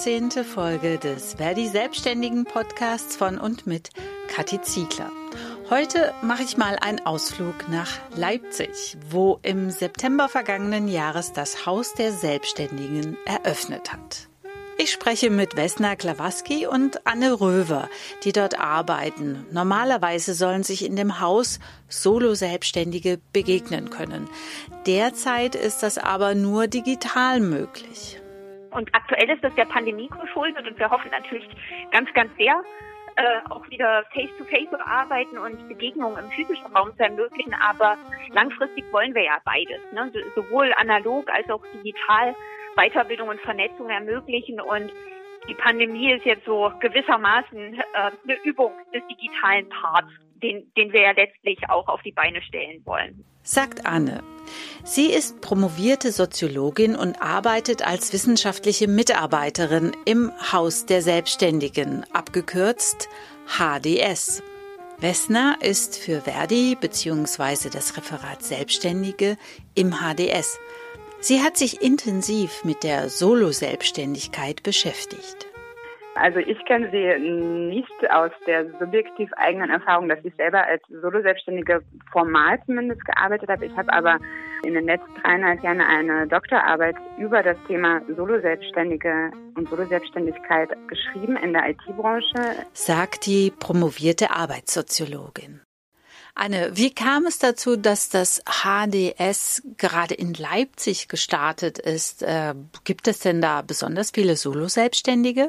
13. Folge des Verdi Selbstständigen Podcasts von und mit Kathi Ziegler. Heute mache ich mal einen Ausflug nach Leipzig, wo im September vergangenen Jahres das Haus der Selbstständigen eröffnet hat. Ich spreche mit Vesna Klawaski und Anne Röver, die dort arbeiten. Normalerweise sollen sich in dem Haus Solo-Selbstständige begegnen können. Derzeit ist das aber nur digital möglich. Und aktuell ist das der Pandemie geschuldet und wir hoffen natürlich ganz sehr, auch wieder face-to-face zu arbeiten und Begegnungen im physischen Raum zu ermöglichen. Aber langfristig wollen wir ja beides, ne? Sowohl analog als auch digital Weiterbildung und Vernetzung ermöglichen. Und die Pandemie ist jetzt so gewissermaßen eine Übung des digitalen Parts, den wir ja letztlich auch auf die Beine stellen wollen. Sagt Anne. Sie ist promovierte Soziologin und arbeitet als wissenschaftliche Mitarbeiterin im Haus der Selbstständigen, abgekürzt HDS. Vesna ist für Verdi bzw. das Referat Selbstständige im HDS. Sie hat sich intensiv mit der Solo-Selbstständigkeit beschäftigt. Also ich kenne sie nicht aus der subjektiv eigenen Erfahrung, dass ich selber als Solo-Selbstständige formal zumindest gearbeitet habe. Ich habe aber in den letzten 3,5 Jahren eine Doktorarbeit über das Thema Solo-Selbstständige und Solo-Selbstständigkeit geschrieben in der IT-Branche. Sagt die promovierte Arbeitssoziologin. Anne, wie kam es dazu, dass das HDS gerade in Leipzig gestartet ist? Gibt es denn da besonders viele Solo-Selbstständige?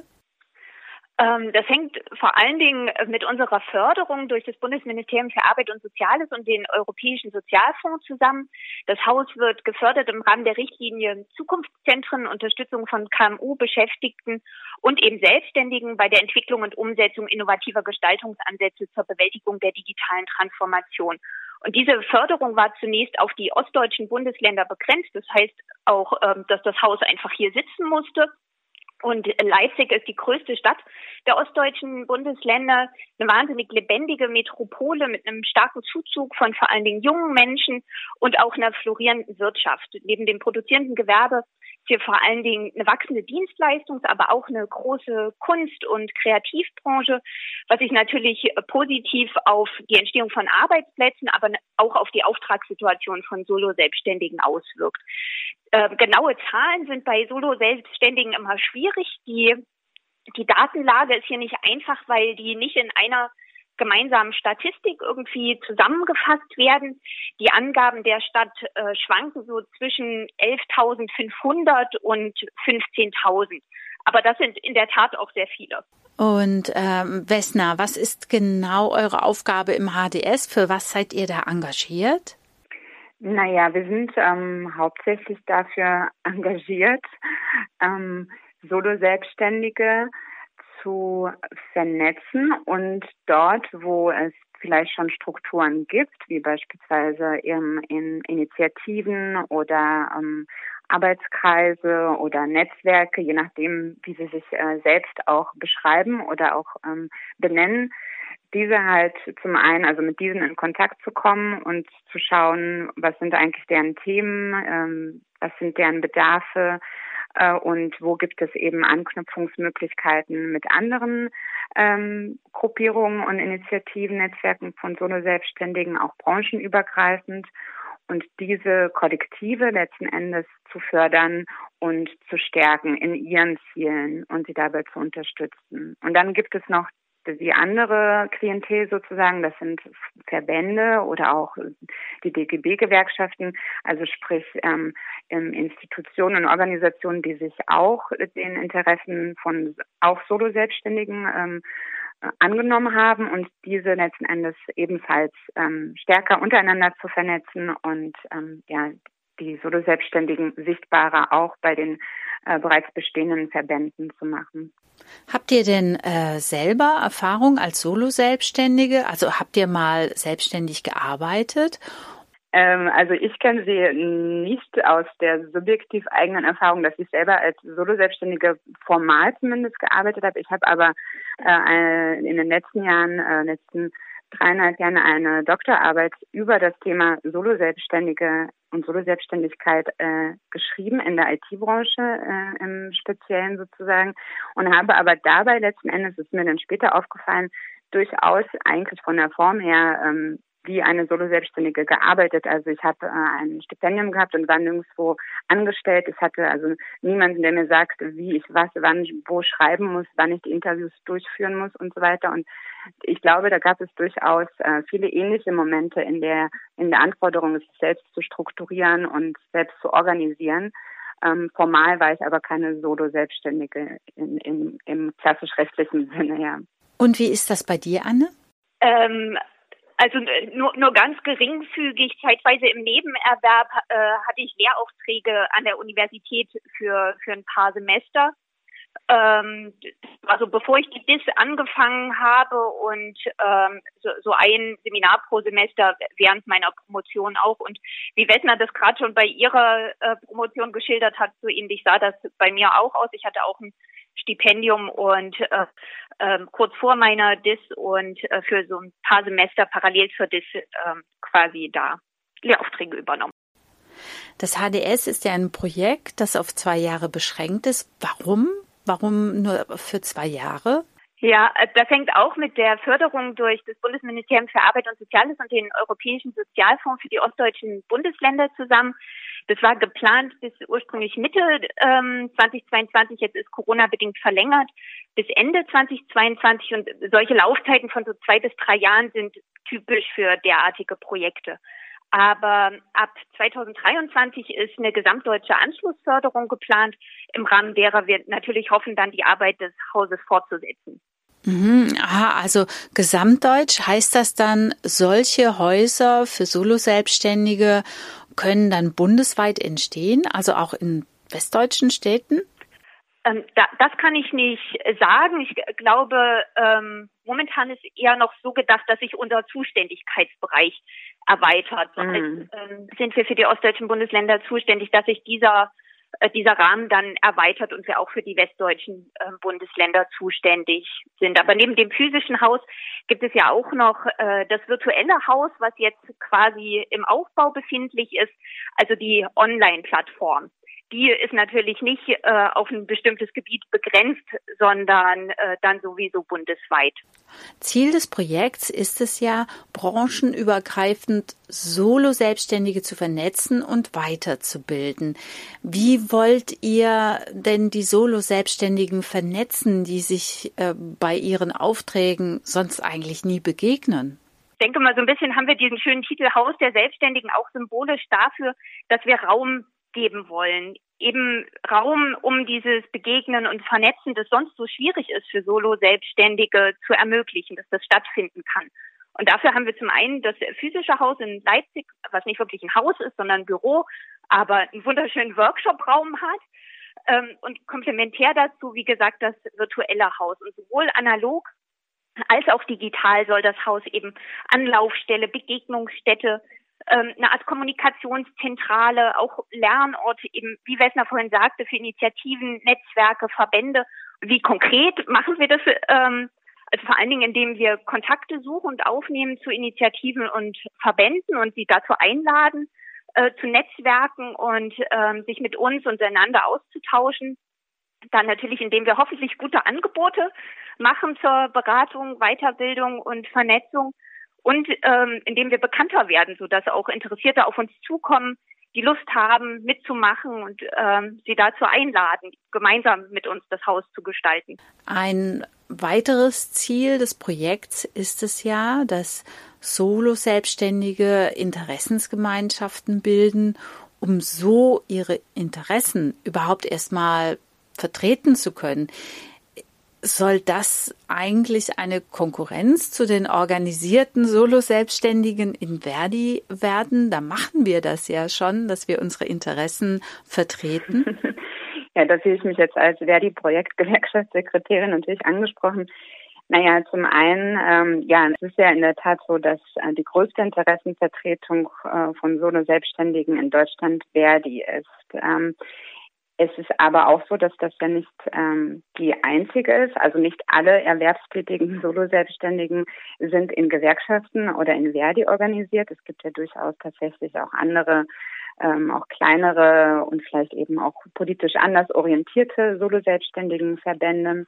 Das hängt vor allen Dingen mit unserer Förderung durch das Bundesministerium für Arbeit und Soziales und den Europäischen Sozialfonds zusammen. Das Haus wird gefördert im Rahmen der Richtlinie Zukunftszentren, Unterstützung von KMU-Beschäftigten und eben Selbstständigen bei der Entwicklung und Umsetzung innovativer Gestaltungsansätze zur Bewältigung der digitalen Transformation. Und diese Förderung war zunächst auf die ostdeutschen Bundesländer begrenzt. Das heißt auch, dass das Haus einfach hier sitzen musste. Und Leipzig ist die größte Stadt der ostdeutschen Bundesländer, eine wahnsinnig lebendige Metropole mit einem starken Zuzug von vor allen Dingen jungen Menschen und auch einer florierenden Wirtschaft. Neben dem produzierenden Gewerbe ist hier vor allen Dingen eine wachsende Dienstleistungs-, aber auch eine große Kunst- und Kreativbranche, was sich natürlich positiv auf die Entstehung von Arbeitsplätzen, aber auch auf die Auftragssituation von Solo-Selbstständigen auswirkt. Genaue Zahlen sind bei Solo-Selbstständigen immer schwierig. Die Datenlage ist hier nicht einfach, weil die nicht in einer gemeinsamen Statistik irgendwie zusammengefasst werden. Die Angaben der Stadt schwanken so zwischen 11.500 und 15.000. Aber das sind in der Tat auch sehr viele. Und Vesna, was ist genau eure Aufgabe im HDS? Für was seid ihr da engagiert? Naja, wir sind hauptsächlich dafür engagiert, Solo-Selbstständige zu vernetzen und dort, wo es vielleicht schon Strukturen gibt, wie beispielsweise in Initiativen oder Arbeitskreise oder Netzwerke, je nachdem, wie sie sich selbst auch beschreiben oder auch benennen, diese halt zum einen, also mit diesen in Kontakt zu kommen und zu schauen, was sind eigentlich deren Themen, was sind deren Bedarfe und wo gibt es eben Anknüpfungsmöglichkeiten mit anderen Gruppierungen und Initiativen, Netzwerken von Solo-Selbstständigen, auch branchenübergreifend, und diese Kollektive letzten Endes zu fördern und zu stärken in ihren Zielen und sie dabei zu unterstützen. Und dann gibt es noch die andere Klientel sozusagen, das sind Verbände oder auch die DGB-Gewerkschaften, also sprich Institutionen und Organisationen, die sich auch den Interessen von auch Solo-Selbstständigen angenommen haben und diese letzten Endes ebenfalls stärker untereinander zu vernetzen und die Solo-Selbstständigen sichtbarer auch bei den bereits bestehenden Verbänden zu machen. Habt ihr denn selber Erfahrung als Solo-Selbstständige? Also habt ihr mal selbstständig gearbeitet? Also ich kenne sie nicht aus der subjektiv eigenen Erfahrung, dass ich selber als Solo-Selbstständige formal zumindest gearbeitet habe. Ich habe aber in den letzten Jahren, letzten 3,5 Jahren eine Doktorarbeit über das Thema Solo-Selbstständige und Solo-Selbstständigkeit geschrieben in der IT-Branche im Speziellen sozusagen und habe aber dabei letzten Endes, ist mir dann später aufgefallen, durchaus eigentlich von der Form her wie eine Solo-Selbstständige gearbeitet. Also ich habe ein Stipendium gehabt und war nirgendwo angestellt. Ich hatte also niemanden, der mir sagt, wie ich was, wann ich wo schreiben muss, wann ich die Interviews durchführen muss und so weiter. Und ich glaube, da gab es durchaus viele ähnliche Momente in der Anforderung, sich selbst zu strukturieren und selbst zu organisieren. Formal war ich aber keine Solo-Selbstständige im klassisch-rechtlichen Sinne, ja. Und wie ist das bei dir, Anne? Also nur ganz geringfügig, zeitweise im Nebenerwerb hatte ich Lehraufträge an der Universität für ein paar Semester. Also bevor ich die DIS angefangen habe und so ein Seminar pro Semester während meiner Promotion auch. Und wie Vesna das gerade schon bei ihrer Promotion geschildert hat, so ähnlich sah das bei mir auch aus. Ich hatte auch ein Stipendium und kurz vor meiner DIS und für so ein paar Semester parallel zur DIS quasi da Lehraufträge übernommen. Das HDS ist ja ein Projekt, das auf 2 Jahre beschränkt ist. Warum? Warum nur für 2 Jahre? Ja, das hängt auch mit der Förderung durch das Bundesministerium für Arbeit und Soziales und den Europäischen Sozialfonds für die ostdeutschen Bundesländer zusammen. Das war geplant bis ursprünglich Mitte 2022, jetzt ist Corona-bedingt verlängert bis Ende 2022 und solche Laufzeiten von so 2 bis 3 Jahren sind typisch für derartige Projekte. Aber ab 2023 ist eine gesamtdeutsche Anschlussförderung geplant, im Rahmen derer wir natürlich hoffen, dann die Arbeit des Hauses fortzusetzen. Aha, also gesamtdeutsch heißt das dann, solche Häuser für Solo-Selbstständige können dann bundesweit entstehen, also auch in westdeutschen Städten? Das kann ich nicht sagen. Ich glaube, momentan ist eher noch so gedacht, dass sich unser Zuständigkeitsbereich erweitert. Jetzt sind wir für die ostdeutschen Bundesländer zuständig, dass sich dieser Rahmen dann erweitert und wir auch für die westdeutschen Bundesländer zuständig sind. Aber neben dem physischen Haus gibt es ja auch noch das virtuelle Haus, was jetzt quasi im Aufbau befindlich ist, also die Online-Plattform. Die ist natürlich nicht auf ein bestimmtes Gebiet begrenzt, sondern dann sowieso bundesweit. Ziel des Projekts ist es ja, branchenübergreifend Solo-Selbstständige zu vernetzen und weiterzubilden. Wie wollt ihr denn die Solo-Selbstständigen vernetzen, die sich bei ihren Aufträgen sonst eigentlich nie begegnen? Ich denke mal, so ein bisschen haben wir diesen schönen Titel Haus der Selbstständigen auch symbolisch dafür, dass wir Raum geben wollen. Eben Raum, um dieses Begegnen und Vernetzen, das sonst so schwierig ist für Solo-Selbstständige, zu ermöglichen, dass das stattfinden kann. Und dafür haben wir zum einen das physische Haus in Leipzig, was nicht wirklich ein Haus ist, sondern ein Büro, aber einen wunderschönen Workshop-Raum hat. Und komplementär dazu, wie gesagt, das virtuelle Haus. Und sowohl analog als auch digital soll das Haus eben Anlaufstelle, Begegnungsstätte, eine Art Kommunikationszentrale, auch Lernorte, eben, wie Vesna vorhin sagte, für Initiativen, Netzwerke, Verbände. Wie konkret machen wir das? Also vor allen Dingen, indem wir Kontakte suchen und aufnehmen zu Initiativen und Verbänden und sie dazu einladen, zu Netzwerken und sich mit uns untereinander auszutauschen. Dann natürlich, indem wir hoffentlich gute Angebote machen zur Beratung, Weiterbildung und Vernetzung. Und indem wir bekannter werden, sodass auch Interessierte auf uns zukommen, die Lust haben, mitzumachen und sie dazu einladen, gemeinsam mit uns das Haus zu gestalten. Ein weiteres Ziel des Projekts ist es ja, dass Solo-Selbstständige Interessensgemeinschaften bilden, um so ihre Interessen überhaupt erstmal vertreten zu können. Soll das eigentlich eine Konkurrenz zu den organisierten Solo-Selbstständigen in Verdi werden? Da machen wir das ja schon, dass wir unsere Interessen vertreten. Ja, da sehe ich mich jetzt als Verdi-Projekt-Gewerkschaftssekretärin natürlich angesprochen. Naja, zum einen, es ist ja in der Tat so, dass die größte Interessenvertretung von Solo-Selbstständigen in Deutschland Verdi ist. Es ist aber auch so, dass das ja nicht die einzige ist. Also nicht alle erwerbstätigen Solo-Selbstständigen sind in Gewerkschaften oder in Verdi organisiert. Es gibt ja durchaus tatsächlich auch andere, auch kleinere und vielleicht eben auch politisch anders orientierte Solo-Selbstständigen Verbände.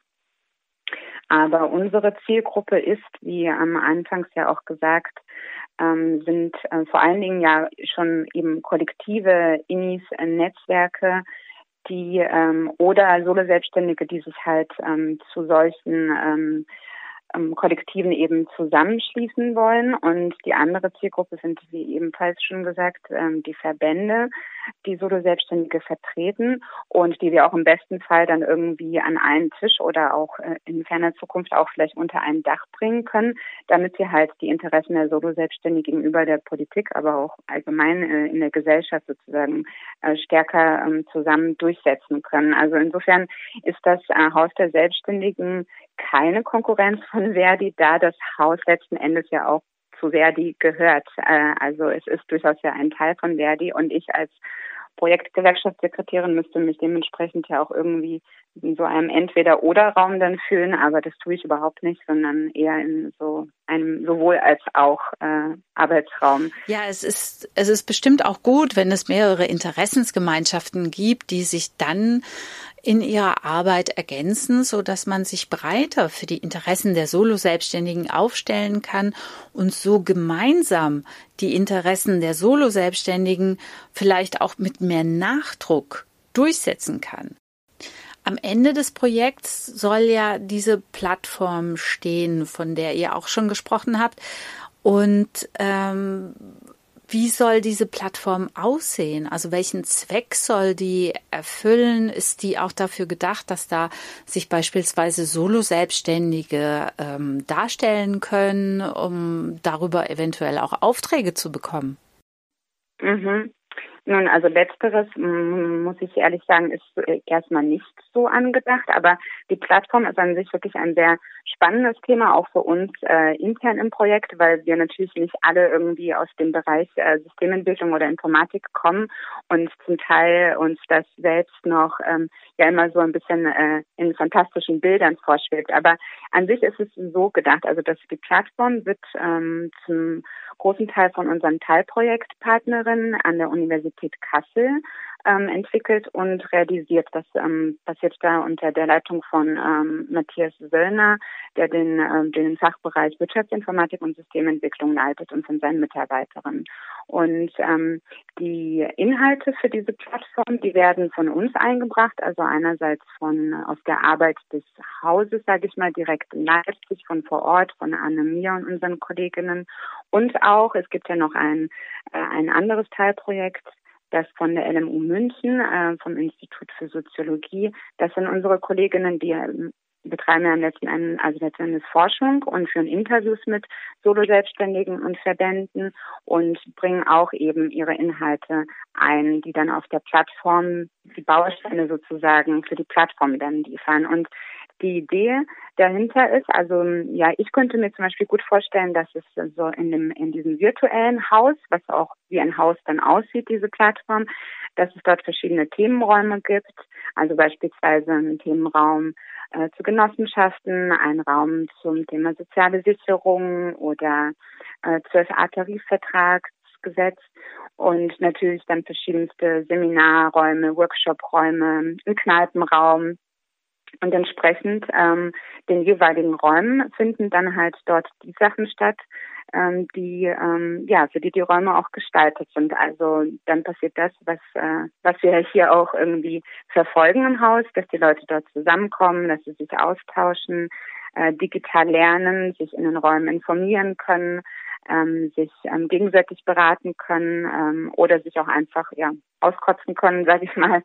Aber unsere Zielgruppe ist, wie anfangs ja auch gesagt, sind vor allen Dingen ja schon eben kollektive Innis, Netzwerke, die oder Solo-Selbstständige, die sich halt zu solchen Kollektiven eben zusammenschließen wollen. Und die andere Zielgruppe sind, wie ebenfalls schon gesagt, die Verbände, die Solo-Selbstständige vertreten und die wir auch im besten Fall dann irgendwie an einen Tisch oder auch in ferner Zukunft auch vielleicht unter ein Dach bringen können, damit sie halt die Interessen der Solo-Selbstständigen gegenüber der Politik, aber auch allgemein in der Gesellschaft sozusagen stärker zusammen durchsetzen können. Also insofern ist das Haus der Selbstständigen keine Konkurrenz von Verdi, da das Haus letzten Endes ja auch zu Verdi gehört. Also es ist durchaus ja ein Teil von Verdi und ich als Projektgewerkschaftssekretärin müsste mich dementsprechend ja auch irgendwie in so einem Entweder-oder-Raum dann fühlen, aber das tue ich überhaupt nicht, sondern eher in so einem sowohl als auch Arbeitsraum. Ja, es ist bestimmt auch gut, wenn es mehrere Interessensgemeinschaften gibt, die sich dann in ihrer Arbeit ergänzen, so dass man sich breiter für die Interessen der Solo-Selbstständigen aufstellen kann und so gemeinsam die Interessen der Solo-Selbstständigen vielleicht auch mit mehr Nachdruck durchsetzen kann. Am Ende des Projekts soll ja diese Plattform stehen, von der ihr auch schon gesprochen habt. Und wie soll diese Plattform aussehen? Also welchen Zweck soll die erfüllen? Ist die auch dafür gedacht, dass da sich beispielsweise Solo-Selbstständige darstellen können, um darüber eventuell auch Aufträge zu bekommen? Mhm. Nun, also letzteres, muss ich ehrlich sagen, ist erstmal nicht so angedacht, aber die Plattform ist an sich wirklich ein sehr spannendes Thema, auch für uns intern im Projekt, weil wir natürlich nicht alle irgendwie aus dem Bereich Systementwicklung oder Informatik kommen und zum Teil uns das selbst noch ja immer so ein bisschen in fantastischen Bildern vorschwebt. Aber an sich ist es so gedacht, also dass die Plattform wird zum großen Teil von unseren Teilprojektpartnerinnen an der Universität Kassel entwickelt und realisiert. Das passiert da unter der Leitung von Matthias Söllner, der den Fachbereich Wirtschaftsinformatik und Systementwicklung leitet und von seinen Mitarbeiterinnen. Und die Inhalte für diese Plattform, die werden von uns eingebracht, also einerseits aus der Arbeit des Hauses, sage ich mal, direkt in Leipzig, von vor Ort, von Anne, mir und unseren Kolleginnen. Und auch, es gibt ja noch ein anderes Teilprojekt, das von der LMU München, vom Institut für Soziologie. Das sind unsere Kolleginnen, die betreiben ja letzten Endes Forschung und führen Interviews mit Solo-Selbstständigen und Verbänden und bringen auch eben ihre Inhalte ein, die dann auf der Plattform, die Bausteine sozusagen für die Plattform dann liefern. Und die Idee dahinter ist, also ja, ich könnte mir zum Beispiel gut vorstellen, dass es so in diesem virtuellen Haus, was auch wie ein Haus dann aussieht, diese Plattform, dass es dort verschiedene Themenräume gibt, also beispielsweise einen Themenraum zu Genossenschaften, einen Raum zum Thema soziale Sicherung oder 12a-Tarifvertragsgesetz und natürlich dann verschiedenste Seminarräume, Workshopräume, einen Kneipenraum. Und entsprechend den jeweiligen Räumen finden dann halt dort die Sachen statt, für die Räume auch gestaltet sind. Also dann passiert das, was wir hier auch irgendwie verfolgen im Haus, dass die Leute dort zusammenkommen, dass sie sich austauschen, digital lernen, sich in den Räumen informieren können, sich gegenseitig beraten können oder sich auch einfach auskotzen können, sage ich mal,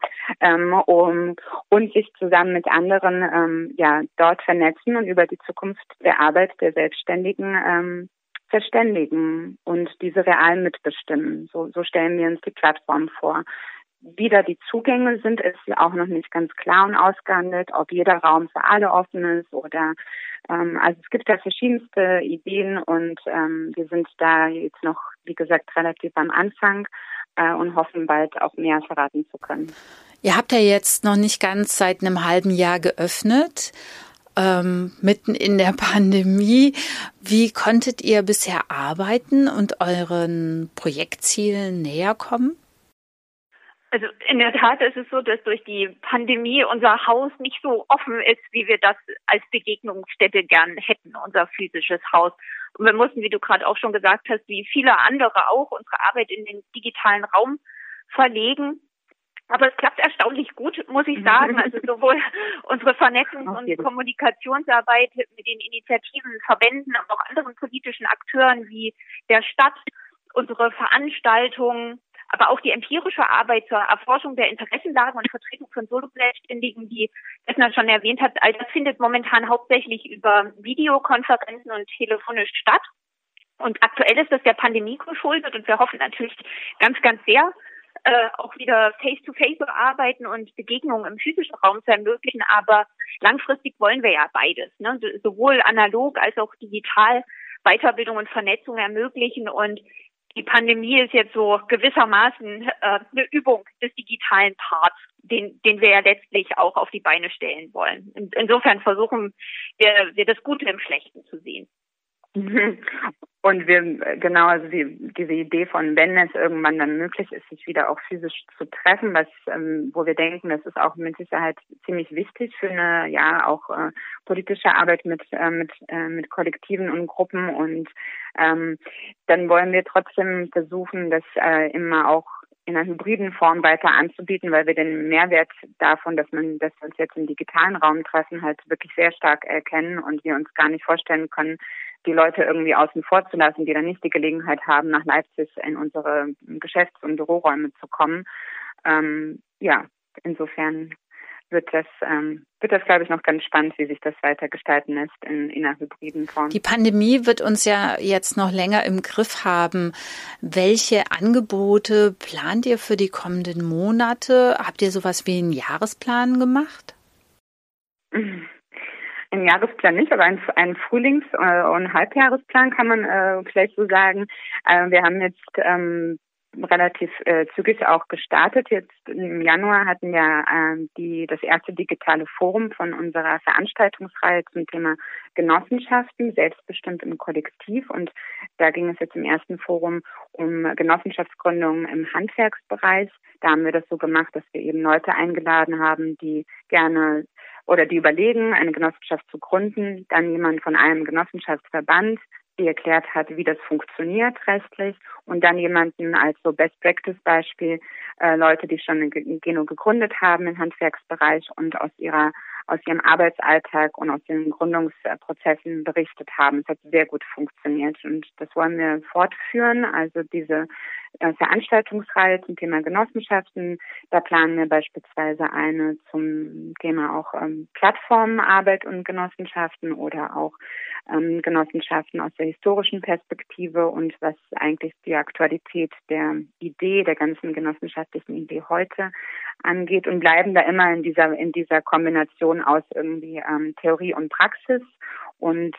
und sich zusammen mit anderen dort vernetzen und über die Zukunft der Arbeit der Selbstständigen verständigen und diese real mitbestimmen. So stellen wir uns die Plattform vor. Wie da die Zugänge sind, ist auch noch nicht ganz klar und ausgehandelt, ob jeder Raum für alle offen ist oder also es gibt da verschiedenste Ideen und wir sind da jetzt noch, wie gesagt, relativ am Anfang. und hoffen, bald auch mehr verraten zu können. Ihr habt ja jetzt noch nicht ganz seit einem halben Jahr geöffnet, mitten in der Pandemie. Wie konntet ihr bisher arbeiten und euren Projektzielen näher kommen? Also in der Tat ist es so, dass durch die Pandemie unser Haus nicht so offen ist, wie wir das als Begegnungsstätte gern hätten, unser physisches Haus. Und wir mussten, wie du gerade auch schon gesagt hast, wie viele andere auch, unsere Arbeit in den digitalen Raum verlegen. Aber es klappt erstaunlich gut, muss ich sagen. Also sowohl unsere Vernetzungs- und Kommunikationsarbeit mit den Initiativen, Verbänden, aber auch anderen politischen Akteuren wie der Stadt, unsere Veranstaltungen, aber auch die empirische Arbeit zur Erforschung der Interessenlagen und Vertretung von Solo-Selbstständigen, die Esna schon erwähnt hat, all das findet momentan hauptsächlich über Videokonferenzen und telefonisch statt. Und aktuell ist das der Pandemie geschuldet und wir hoffen natürlich ganz, ganz sehr, auch wieder face-to-face zu arbeiten und Begegnungen im physischen Raum zu ermöglichen. Aber langfristig wollen wir ja beides, ne? Sowohl analog als auch digital Weiterbildung und Vernetzung ermöglichen. Und die Pandemie ist jetzt so gewissermaßen eine Übung des digitalen Parts, den wir ja letztlich auch auf die Beine stellen wollen. Insofern versuchen wir das Gute im Schlechten zu sehen. Und also diese Idee von, wenn es irgendwann dann möglich ist, sich wieder auch physisch zu treffen, wo wir denken, das ist auch mit Sicherheit ziemlich wichtig für eine, auch politische Arbeit mit Kollektiven und Gruppen. Und dann wollen wir trotzdem versuchen, das immer auch in einer hybriden Form weiter anzubieten, weil wir den Mehrwert davon, dass wir uns jetzt im digitalen Raum treffen, halt wirklich sehr stark erkennen und wir uns gar nicht vorstellen können, die Leute irgendwie außen vor zu lassen, die dann nicht die Gelegenheit haben, nach Leipzig in unsere Geschäfts- und Büroräume zu kommen. Insofern wird das, glaube ich, noch ganz spannend, wie sich das weiter gestalten lässt in einer hybriden Form. Die Pandemie wird uns ja jetzt noch länger im Griff haben. Welche Angebote plant ihr für die kommenden Monate? Habt ihr sowas wie einen Jahresplan gemacht? Ein Jahresplan nicht, aber ein Frühlings- und Halbjahresplan kann man vielleicht so sagen. Wir haben jetzt relativ zügig auch gestartet. Jetzt im Januar hatten wir das erste digitale Forum von unserer Veranstaltungsreihe zum Thema Genossenschaften, selbstbestimmt im Kollektiv. Und da ging es jetzt im ersten Forum um Genossenschaftsgründungen im Handwerksbereich. Da haben wir das so gemacht, dass wir eben Leute eingeladen haben, die gerne oder die überlegen, eine Genossenschaft zu gründen, dann jemand von einem Genossenschaftsverband, die erklärt hat, wie das funktioniert rechtlich, und dann jemanden als so Best-Practice-Beispiel, Leute, die schon eine Geno gegründet haben im Handwerksbereich und aus ihrem Arbeitsalltag und aus den Gründungsprozessen berichtet haben. Es hat sehr gut funktioniert und das wollen wir fortführen. Also diese Veranstaltungsreihe zum Thema Genossenschaften, da planen wir beispielsweise eine zum Thema auch Plattformenarbeit und Genossenschaften oder auch Genossenschaften aus der historischen Perspektive und was eigentlich die Aktualität der ganzen genossenschaftlichen Idee heute angeht, und bleiben da immer in dieser Kombination aus irgendwie Theorie und Praxis und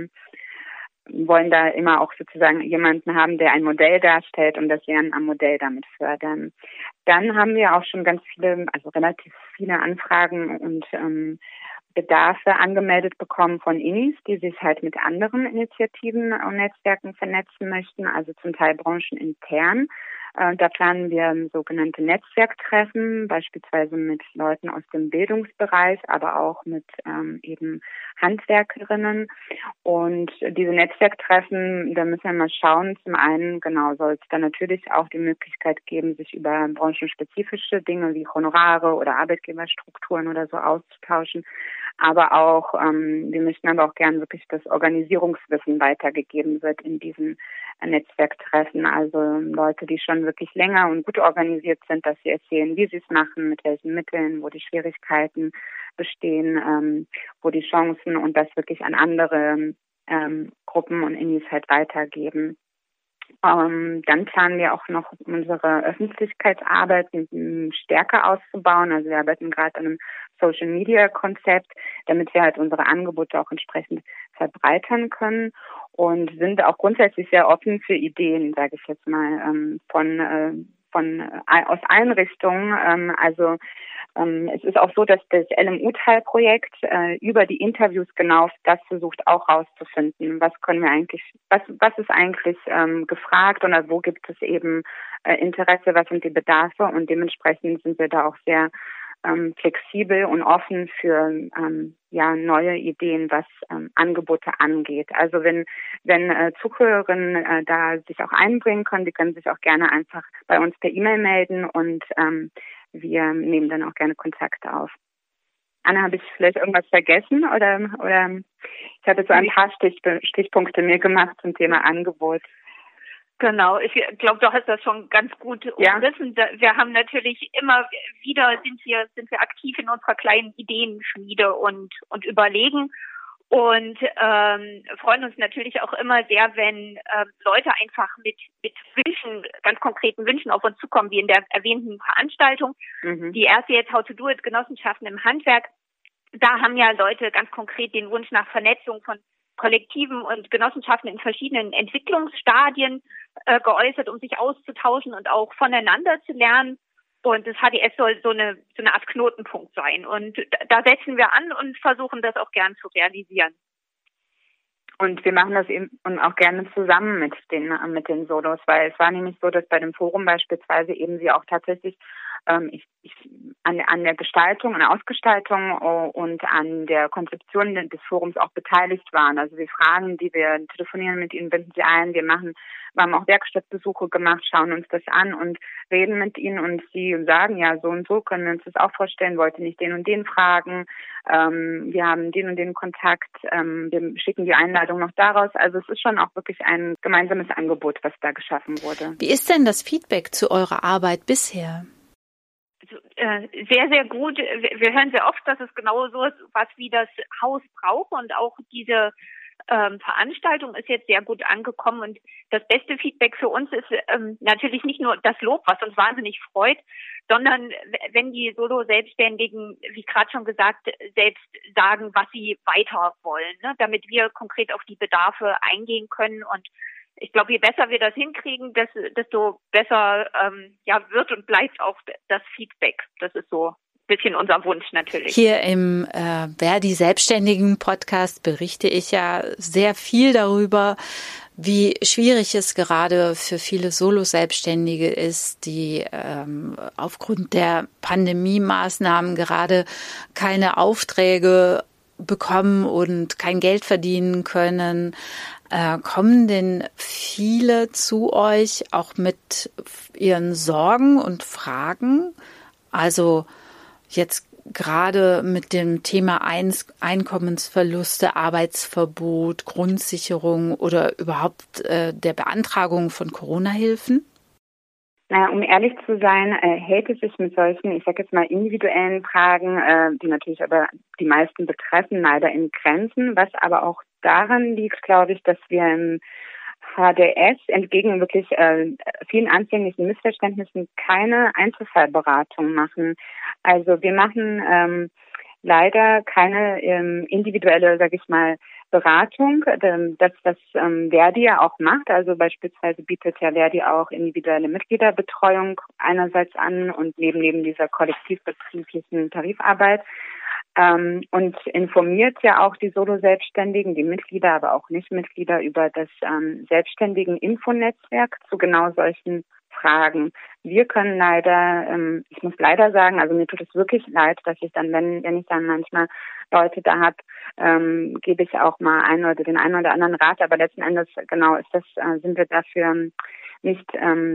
wollen da immer auch sozusagen jemanden haben, der ein Modell darstellt und das Lernen am Modell damit fördern. Dann haben wir auch schon relativ viele Anfragen und Bedarfe angemeldet bekommen von Innis, die sich halt mit anderen Initiativen und Netzwerken vernetzen möchten, also zum Teil branchenintern. Da planen wir sogenannte Netzwerktreffen, beispielsweise mit Leuten aus dem Bildungsbereich, aber auch mit eben Handwerkerinnen. Und diese Netzwerktreffen, da müssen wir mal schauen. Zum einen, soll es dann natürlich auch die Möglichkeit geben, sich über branchenspezifische Dinge wie Honorare oder Arbeitgeberstrukturen oder so auszutauschen. Aber auch, wir möchten aber auch gern wirklich, dass Organisierungswissen weitergegeben wird in diesen Netzwerktreffen. Also Leute, die schon wirklich länger und gut organisiert sind, dass sie erzählen, wie sie es machen, mit welchen Mitteln, wo die Schwierigkeiten bestehen, wo die Chancen, und das wirklich an andere Gruppen und Innis halt weitergeben. Dann planen wir auch noch unsere Öffentlichkeitsarbeit stärker auszubauen. Also wir arbeiten gerade an einem Social-Media-Konzept, damit wir halt unsere Angebote auch entsprechend verbreitern können, und sind auch grundsätzlich sehr offen für Ideen, sage ich jetzt mal, von aus allen Richtungen. Es ist auch so, dass das LMU-Teilprojekt über die Interviews genau das versucht auch rauszufinden. Was ist eigentlich gefragt oder wo gibt es eben Interesse, was sind die Bedarfe, und dementsprechend sind wir da auch sehr flexibel und offen für neue Ideen, was Angebote angeht. Also wenn Zuhörerinnen da sich auch einbringen können, die können sich auch gerne einfach bei uns per E-Mail melden, und wir nehmen dann auch gerne Kontakt auf. Anna, habe ich vielleicht irgendwas vergessen oder ich habe jetzt so ein paar Stichpunkte mir gemacht zum Thema Angebot. Genau, ich glaube, du hast das schon ganz gut umrissen. Ja. Wir haben natürlich immer wieder sind wir aktiv in unserer kleinen Ideenschmiede und überlegen und freuen uns natürlich auch immer sehr, wenn Leute einfach mit Wünschen, ganz konkreten Wünschen auf uns zukommen, wie in der erwähnten Veranstaltung. Die erste jetzt How to Do It, Genossenschaften im Handwerk. Da haben ja Leute ganz konkret den Wunsch nach Vernetzung von Kollektiven und Genossenschaften in verschiedenen Entwicklungsstadien geäußert, um sich auszutauschen und auch voneinander zu lernen. Und das HDS soll so eine Art Knotenpunkt sein. Und da setzen wir an und versuchen das auch gern zu realisieren. Und wir machen das eben und auch gerne zusammen mit den Solos, weil es war nämlich so, dass bei dem Forum beispielsweise eben sie auch tatsächlich an der Gestaltung, an der Ausgestaltung und an der Konzeption des Forums auch beteiligt waren. Also wir fragen die, wir telefonieren mit ihnen, binden sie ein, wir haben auch Werkstattbesuche gemacht, schauen uns das an und reden mit ihnen, und sie sagen, ja, so und so können wir uns das auch vorstellen, wollte nicht den und den fragen, wir haben den und den Kontakt, wir schicken die Einladung noch daraus. Also es ist schon auch wirklich ein gemeinsames Angebot, was da geschaffen wurde. Wie ist denn das Feedback zu eurer Arbeit bisher? Sehr, sehr gut. Wir hören sehr oft, dass es genau so ist, was wie das Haus braucht, und auch diese Veranstaltung ist jetzt sehr gut angekommen, und das beste Feedback für uns ist natürlich nicht nur das Lob, was uns wahnsinnig freut, sondern wenn die Solo-Selbstständigen, wie gerade schon gesagt, selbst sagen, was sie weiter wollen, ne? Damit wir konkret auf die Bedarfe eingehen können. Und ich glaube, je besser wir das hinkriegen, desto besser wird und bleibt auch das Feedback. Das ist so ein bisschen unser Wunsch natürlich. Hier im Verdi Selbstständigen Podcast berichte ich ja sehr viel darüber, wie schwierig es gerade für viele Solo-Selbstständige ist, die aufgrund der Pandemie-Maßnahmen gerade keine Aufträge bekommen und kein Geld verdienen können. Kommen denn viele zu euch auch mit ihren Sorgen und Fragen? Also jetzt gerade mit dem Thema Einkommensverluste, Arbeitsverbot, Grundsicherung oder überhaupt der Beantragung von Corona-Hilfen? Naja, um ehrlich zu sein, hält es sich mit solchen, ich sage jetzt mal, individuellen Fragen, die natürlich aber die meisten betreffen, leider in Grenzen, was aber auch daran liegt, glaube ich, dass wir im HDS entgegen wirklich vielen anfänglichen Missverständnissen keine Einzelfallberatung machen. Also wir machen leider keine individuelle, sage ich mal, Beratung, das was Verdi ja auch macht. Also beispielsweise bietet ja Verdi auch individuelle Mitgliederbetreuung einerseits an und neben dieser kollektivbetrieblichen Tarifarbeit. Und informiert ja auch die Solo-Selbstständigen, die Mitglieder, aber auch Nicht-Mitglieder über das Selbstständigen-Infonetzwerk zu genau solchen Fragen. Wir können leider, ich muss leider sagen, also mir tut es wirklich leid, dass ich dann, wenn ich dann manchmal Leute da habe, gebe ich auch mal den einen oder anderen Rat, aber letzten Endes genau sind wir dafür nicht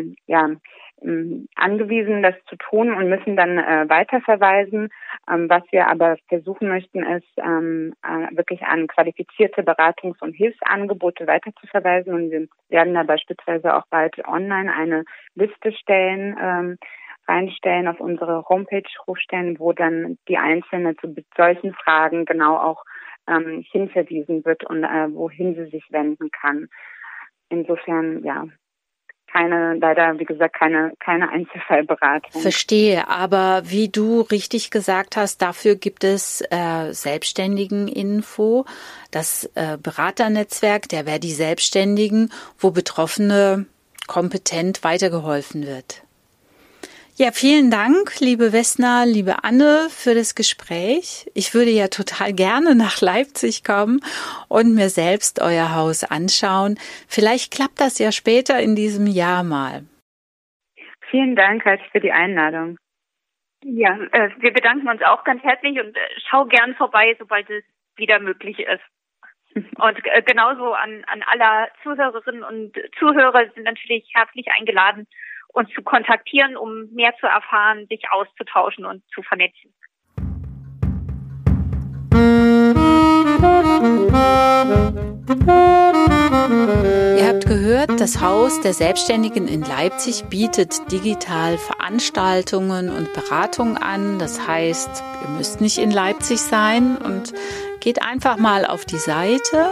angewiesen, das zu tun und müssen dann weiterverweisen. Was wir aber versuchen möchten, ist wirklich an qualifizierte Beratungs- und Hilfsangebote weiterzuverweisen. Und wir werden da beispielsweise auch bald online eine Liste reinstellen auf unsere Homepage hochstellen, wo dann die Einzelne zu solchen Fragen genau auch hinverwiesen wird und wohin sie sich wenden kann. Insofern, leider, wie gesagt, keine Einzelfallberatung. Verstehe, aber wie du richtig gesagt hast, dafür gibt es Selbstständigen-Info, das Beraternetzwerk der Verdi Selbstständigen, wo Betroffene kompetent weitergeholfen wird. Ja, vielen Dank, liebe Vesna, liebe Anne, für das Gespräch. Ich würde ja total gerne nach Leipzig kommen und mir selbst euer Haus anschauen. Vielleicht klappt das ja später in diesem Jahr mal. Vielen Dank für die Einladung. Ja, wir bedanken uns auch ganz herzlich und schau gern vorbei, sobald es wieder möglich ist. Und genauso an aller Zuhörerinnen und Zuhörer sind natürlich herzlich eingeladen, uns zu kontaktieren, um mehr zu erfahren, sich auszutauschen und zu vernetzen. Ihr habt gehört, das Haus der Selbstständigen in Leipzig bietet digital Veranstaltungen und Beratungen an. Das heißt, ihr müsst nicht in Leipzig sein und geht einfach mal auf die Seite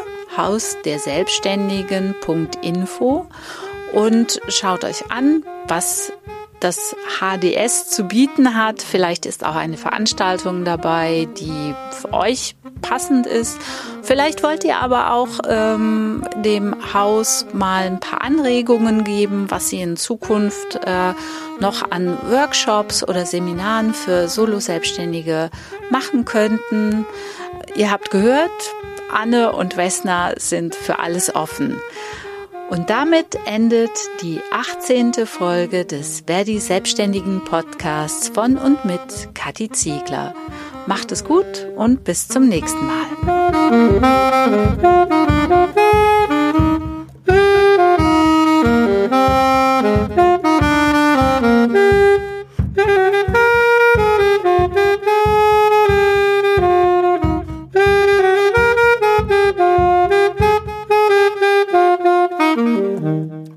hausderselbstständigen.info und schaut euch an, was das HDS zu bieten hat. Vielleicht ist auch eine Veranstaltung dabei, die für euch passend ist. Vielleicht wollt ihr aber auch dem Haus mal ein paar Anregungen geben, was sie in Zukunft noch an Workshops oder Seminaren für Solo-Selbstständige machen könnten. Ihr habt gehört, Anne und Vesna sind für alles offen. Und damit endet die 18. Folge des Verdi Selbstständigen Podcasts von und mit Kathi Ziegler. Macht es gut und bis zum nächsten Mal.